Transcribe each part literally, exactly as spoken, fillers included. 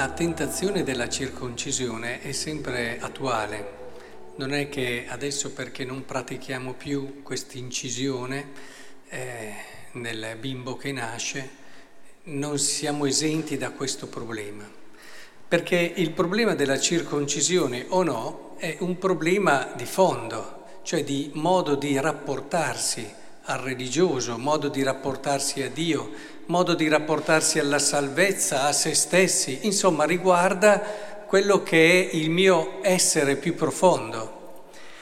la tentazione della circoncisione è sempre attuale. Non è che adesso, perché non pratichiamo più quest'incisione eh, nel bimbo che nasce, non siamo esenti da questo problema. Perché il problema della circoncisione o no è un problema di fondo, cioè di modo di rapportarsi al religioso, modo di rapportarsi a Dio, modo di rapportarsi alla salvezza, a se stessi, insomma riguarda quello che è il mio essere più profondo.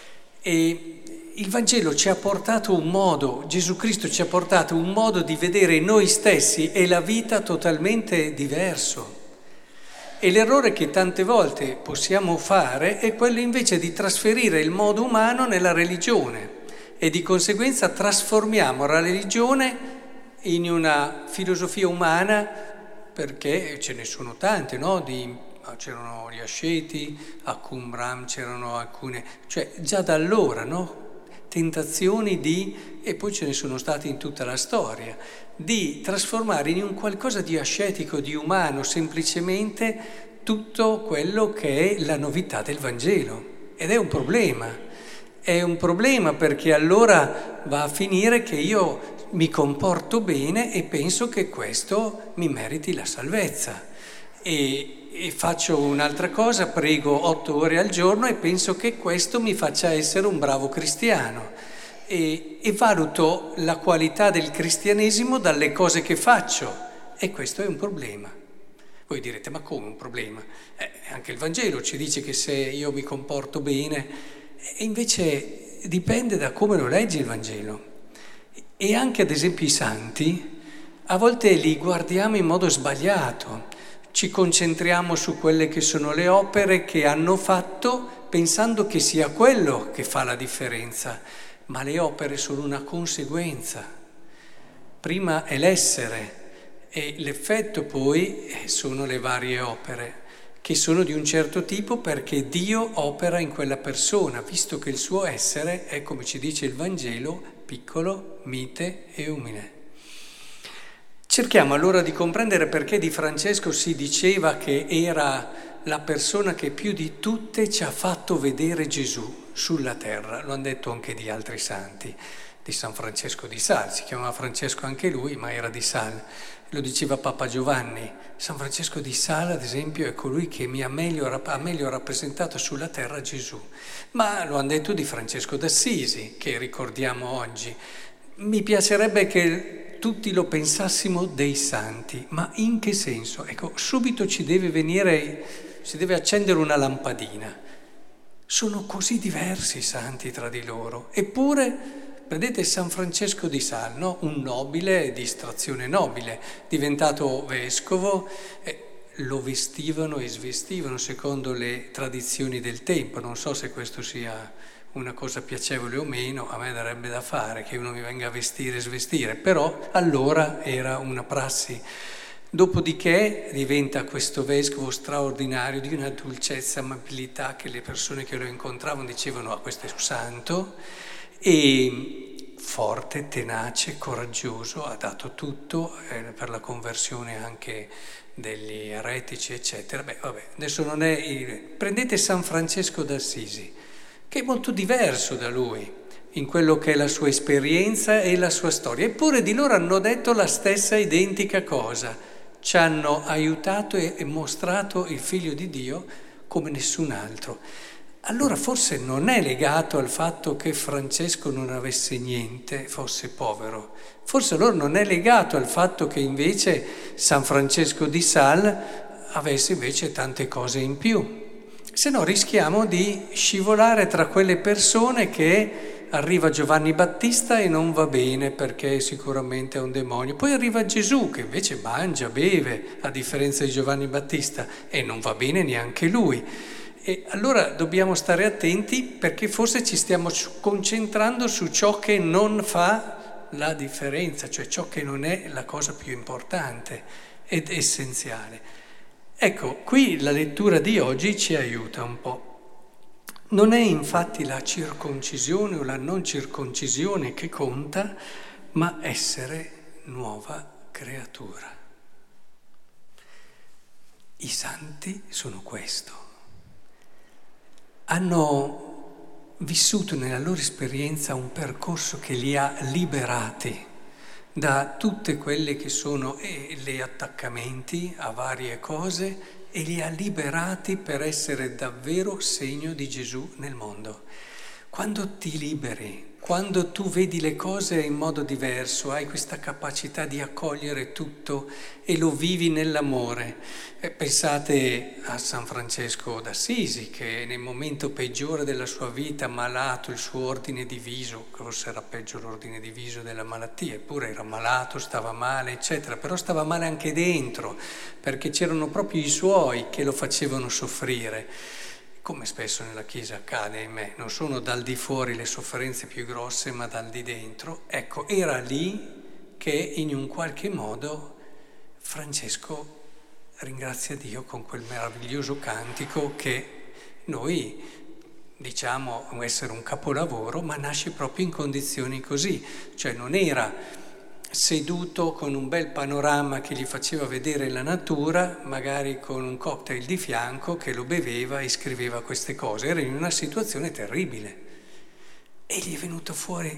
E il Vangelo ci ha portato un modo, Gesù Cristo ci ha portato un modo di vedere noi stessi e la vita totalmente diverso. E l'errore che tante volte possiamo fare è quello invece di trasferire il modo umano nella religione e di conseguenza trasformiamo la religione in una filosofia umana, perché ce ne sono tante, no? Di, c'erano gli asceti, a Qumran c'erano alcune, cioè già da allora, no? Tentazioni di, e poi ce ne sono stati in tutta la storia, di trasformare in un qualcosa di ascetico, di umano, semplicemente tutto quello che è la novità del Vangelo. Ed è un problema. È un problema perché allora va a finire che io mi comporto bene e penso che questo mi meriti la salvezza. E, e faccio un'altra cosa, prego otto ore al giorno e penso che questo mi faccia essere un bravo cristiano. E, e valuto la qualità del cristianesimo dalle cose che faccio. E questo è un problema. Voi direte, ma come un problema? Eh, anche il Vangelo ci dice che se io mi comporto bene... E invece dipende da come lo leggi il Vangelo. E anche ad esempio i santi, a volte li guardiamo in modo sbagliato, ci concentriamo su quelle che sono le opere che hanno fatto pensando che sia quello che fa la differenza, ma le opere sono una conseguenza. Prima è l'essere e l'effetto poi sono le varie opere, che sono di un certo tipo perché Dio opera in quella persona, visto che il suo essere è, come ci dice il Vangelo, piccolo, mite e umile. Cerchiamo allora di comprendere perché di Francesco si diceva che era la persona che più di tutte ci ha fatto vedere Gesù sulla terra. Lo hanno detto anche di altri santi, di San Francesco di Sales, si chiamava Francesco anche lui, ma era di Sales. Lo diceva Papa Giovanni, San Francesco di Sales, ad esempio, è colui che mi ha meglio, ha meglio rappresentato sulla terra Gesù. Ma lo hanno detto di Francesco d'Assisi, che ricordiamo oggi. Mi piacerebbe che tutti lo pensassimo dei santi, ma in che senso? Ecco, subito ci deve venire, si deve accendere una lampadina. Sono così diversi i santi tra di loro, eppure... Vedete San Francesco di Sales, no? Un nobile di estrazione nobile, diventato vescovo, eh, lo vestivano e svestivano secondo le tradizioni del tempo. Non so se questo sia una cosa piacevole o meno, a me darebbe da fare che uno mi venga a vestire e svestire, però allora era una prassi. Dopodiché diventa questo vescovo straordinario di una dolcezza, amabilità che le persone che lo incontravano dicevano ah, questo è un santo. E forte, tenace, coraggioso, ha dato tutto eh, per la conversione anche degli eretici, eccetera. Beh, vabbè, adesso non è il... Prendete San Francesco d'Assisi, che è molto diverso da lui, in quello che è la sua esperienza e la sua storia. Eppure di loro hanno detto la stessa identica cosa. Ci hanno aiutato e mostrato il Figlio di Dio come nessun altro. Allora forse non è legato al fatto che Francesco non avesse niente, fosse povero. Forse allora non è legato al fatto che invece San Francesco di Sales avesse invece tante cose in più. Se no rischiamo di scivolare tra quelle persone che arriva Giovanni Battista e non va bene perché sicuramente è un demonio. Poi arriva Gesù che invece mangia, beve, a differenza di Giovanni Battista, e non va bene neanche lui. E allora dobbiamo stare attenti perché forse ci stiamo concentrando su ciò che non fa la differenza, cioè ciò che non è la cosa più importante ed essenziale. Ecco, qui la lettura di oggi ci aiuta un po'. Non è infatti la circoncisione o la non circoncisione che conta, ma essere nuova creatura. I santi sono questo. Hanno vissuto nella loro esperienza un percorso che li ha liberati da tutte quelle che sono eh, le attaccamenti a varie cose e li ha liberati per essere davvero segno di Gesù nel mondo. Quando ti liberi, quando tu vedi le cose in modo diverso, hai questa capacità di accogliere tutto e lo vivi nell'amore. Eh, pensate a San Francesco d'Assisi, che nel momento peggiore della sua vita, malato, il suo ordine diviso, forse era peggio l'ordine diviso della malattia, eppure era malato, stava male, eccetera, però stava male anche dentro, perché c'erano proprio i suoi che lo facevano soffrire. Come spesso nella Chiesa accade, ahimè, non sono dal di fuori le sofferenze più grosse, ma dal di dentro. Ecco, era lì che in un qualche modo Francesco ringrazia Dio con quel meraviglioso cantico che noi diciamo essere un capolavoro, ma nasce proprio in condizioni così. Cioè non era seduto con un bel panorama che gli faceva vedere la natura, magari con un cocktail di fianco che lo beveva e scriveva queste cose. Era in una situazione terribile e gli è venuto fuori.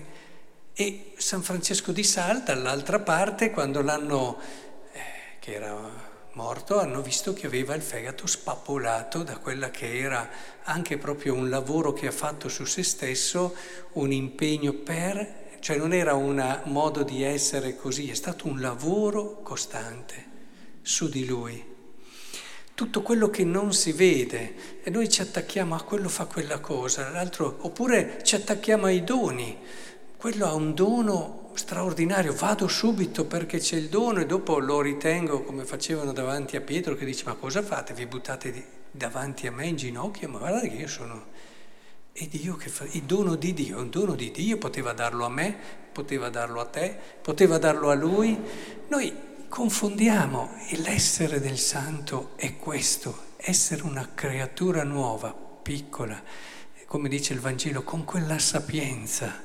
E San Francesco di Sales, dall'altra parte, quando l'hanno, eh, che era morto, hanno visto che aveva il fegato spappolato da quella che era anche proprio un lavoro che ha fatto su se stesso, un impegno per... Cioè non era un modo di essere così, è stato un lavoro costante su di lui. Tutto quello che non si vede, e noi ci attacchiamo a quello fa quella cosa, l'altro, oppure ci attacchiamo ai doni. Quello ha un dono straordinario, vado subito perché c'è il dono e dopo lo ritengo come facevano davanti a Pietro che dice: ma cosa fate? Vi buttate di, davanti a me in ginocchio? Ma guardate che io sono... E Dio che fa, il dono di Dio, un dono di Dio, poteva darlo a me, poteva darlo a te, poteva darlo a lui. Noi confondiamo e l'essere del santo è questo, essere una creatura nuova, piccola, come dice il Vangelo, con quella sapienza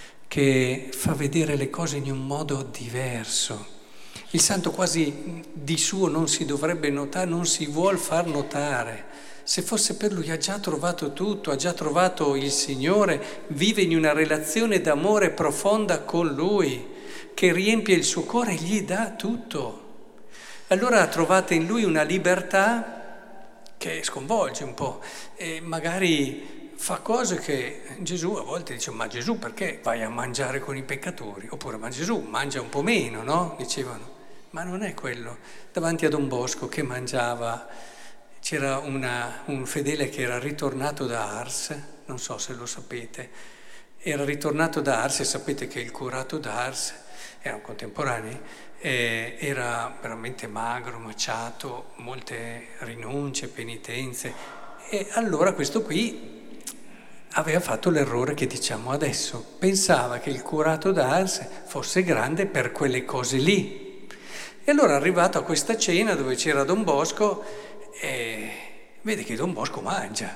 che fa vedere le cose in un modo diverso. Il santo quasi di suo non si dovrebbe notare, non si vuol far notare. Se fosse per lui ha già trovato tutto, ha già trovato il Signore, vive in una relazione d'amore profonda con Lui, che riempie il suo cuore e gli dà tutto. Allora trovate in Lui una libertà che sconvolge un po' e magari fa cose che Gesù a volte dice: ma Gesù perché vai a mangiare con i peccatori? Oppure: ma Gesù mangia un po' meno, no? Dicevano. Ma non è quello. Davanti a Don Bosco che mangiava... C'era una, un fedele che era ritornato da Ars, non so se lo sapete, era ritornato da Ars e sapete che il curato d'Ars, erano contemporanei, eh, era veramente magro, maciato, molte rinunce, penitenze, e allora questo qui aveva fatto l'errore che diciamo adesso, pensava che il curato d'Ars fosse grande per quelle cose lì. E allora è arrivato a questa cena dove c'era Don Bosco e vede che Don Bosco mangia,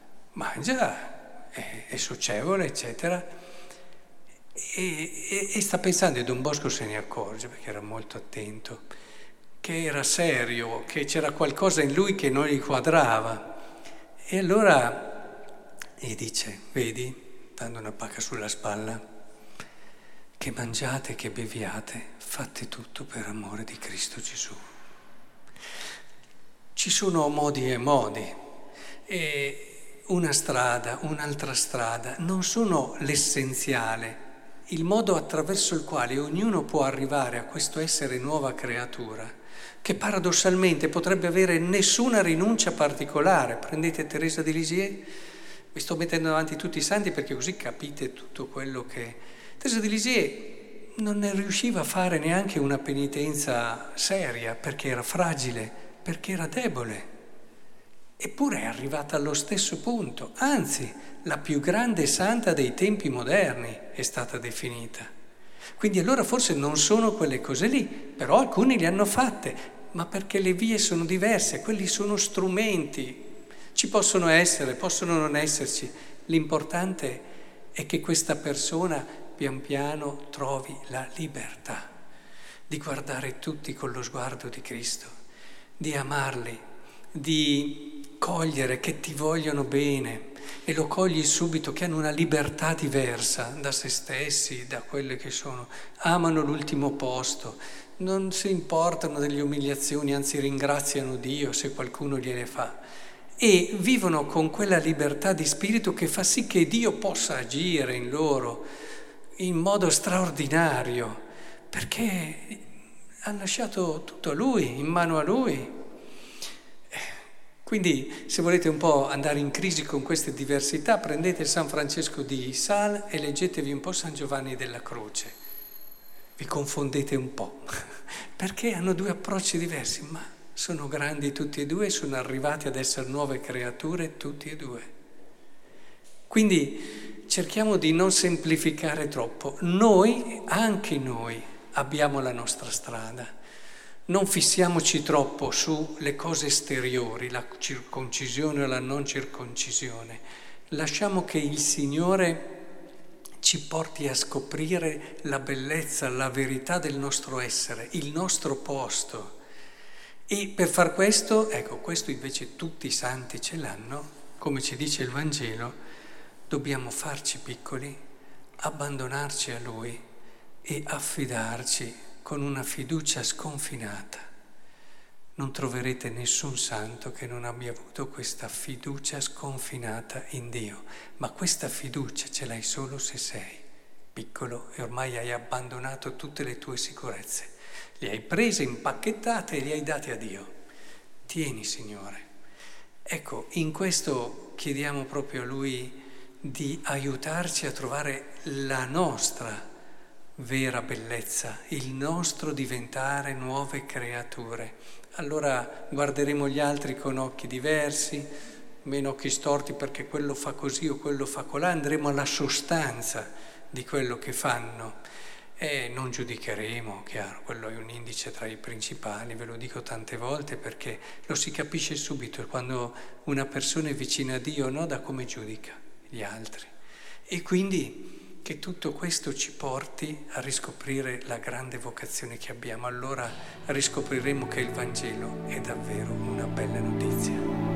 mangia, è, è socievole, eccetera, e, e, e sta pensando, e Don Bosco se ne accorge, perché era molto attento, che era serio, che c'era qualcosa in lui che non gli quadrava. E allora gli dice: vedi, dando una pacca sulla spalla, che mangiate, che beviate, fate tutto per amore di Cristo Gesù. Ci sono modi e modi, e una strada, un'altra strada, non sono l'essenziale, il modo attraverso il quale ognuno può arrivare a questo essere nuova creatura, che paradossalmente potrebbe avere nessuna rinuncia particolare. Prendete Teresa di Lisieux, vi sto mettendo davanti tutti i santi perché così capite tutto quello che... Teresa di Lisieux non ne riusciva a fare neanche una penitenza seria perché era fragile, perché era debole, eppure è arrivata allo stesso punto, anzi la più grande santa dei tempi moderni è stata definita. Quindi allora forse non sono quelle cose lì, però alcuni le hanno fatte, ma perché le vie sono diverse, quelli sono strumenti, ci possono essere, possono non esserci, l'importante è che questa persona pian piano trovi la libertà di guardare tutti con lo sguardo di Cristo, di amarli, di cogliere che ti vogliono bene e lo cogli subito, che hanno una libertà diversa da se stessi, da quelle che sono, amano l'ultimo posto, non si importano delle umiliazioni, anzi ringraziano Dio se qualcuno gliele fa e vivono con quella libertà di spirito che fa sì che Dio possa agire in loro in modo straordinario, perché hanno lasciato tutto a Lui, in mano a Lui. Quindi, se volete un po' andare in crisi con queste diversità, prendete San Francesco di Sales e leggetevi un po' San Giovanni della Croce. Vi confondete un po', perché hanno due approcci diversi, ma sono grandi tutti e due, sono arrivati ad essere nuove creature tutti e due. Quindi cerchiamo di non semplificare troppo. Noi, anche noi, abbiamo la nostra strada. Non fissiamoci troppo sulle cose esteriori, la circoncisione o la non circoncisione. Lasciamo che il Signore ci porti a scoprire la bellezza, la verità del nostro essere, il nostro posto. E per far questo, ecco, questo invece tutti i santi ce l'hanno, come ci dice il Vangelo, dobbiamo farci piccoli, abbandonarci a Lui e affidarci con una fiducia sconfinata. Non troverete nessun santo che non abbia avuto questa fiducia sconfinata in Dio, ma questa fiducia ce l'hai solo se sei piccolo e ormai hai abbandonato tutte le tue sicurezze. Le hai prese, impacchettate e le hai date a Dio. Tieni, Signore. Ecco, in questo chiediamo proprio a Lui di aiutarci a trovare la nostra vera bellezza, il nostro diventare nuove creature. Allora guarderemo gli altri con occhi diversi, meno occhi storti perché quello fa così o quello fa colà, andremo alla sostanza di quello che fanno e non giudicheremo, chiaro, quello è un indice tra i principali, ve lo dico tante volte perché lo si capisce subito quando una persona è vicina a Dio, no, da come giudica gli altri. E quindi che tutto questo ci porti a riscoprire la grande vocazione che abbiamo. Allora riscopriremo che il Vangelo è davvero una bella notizia.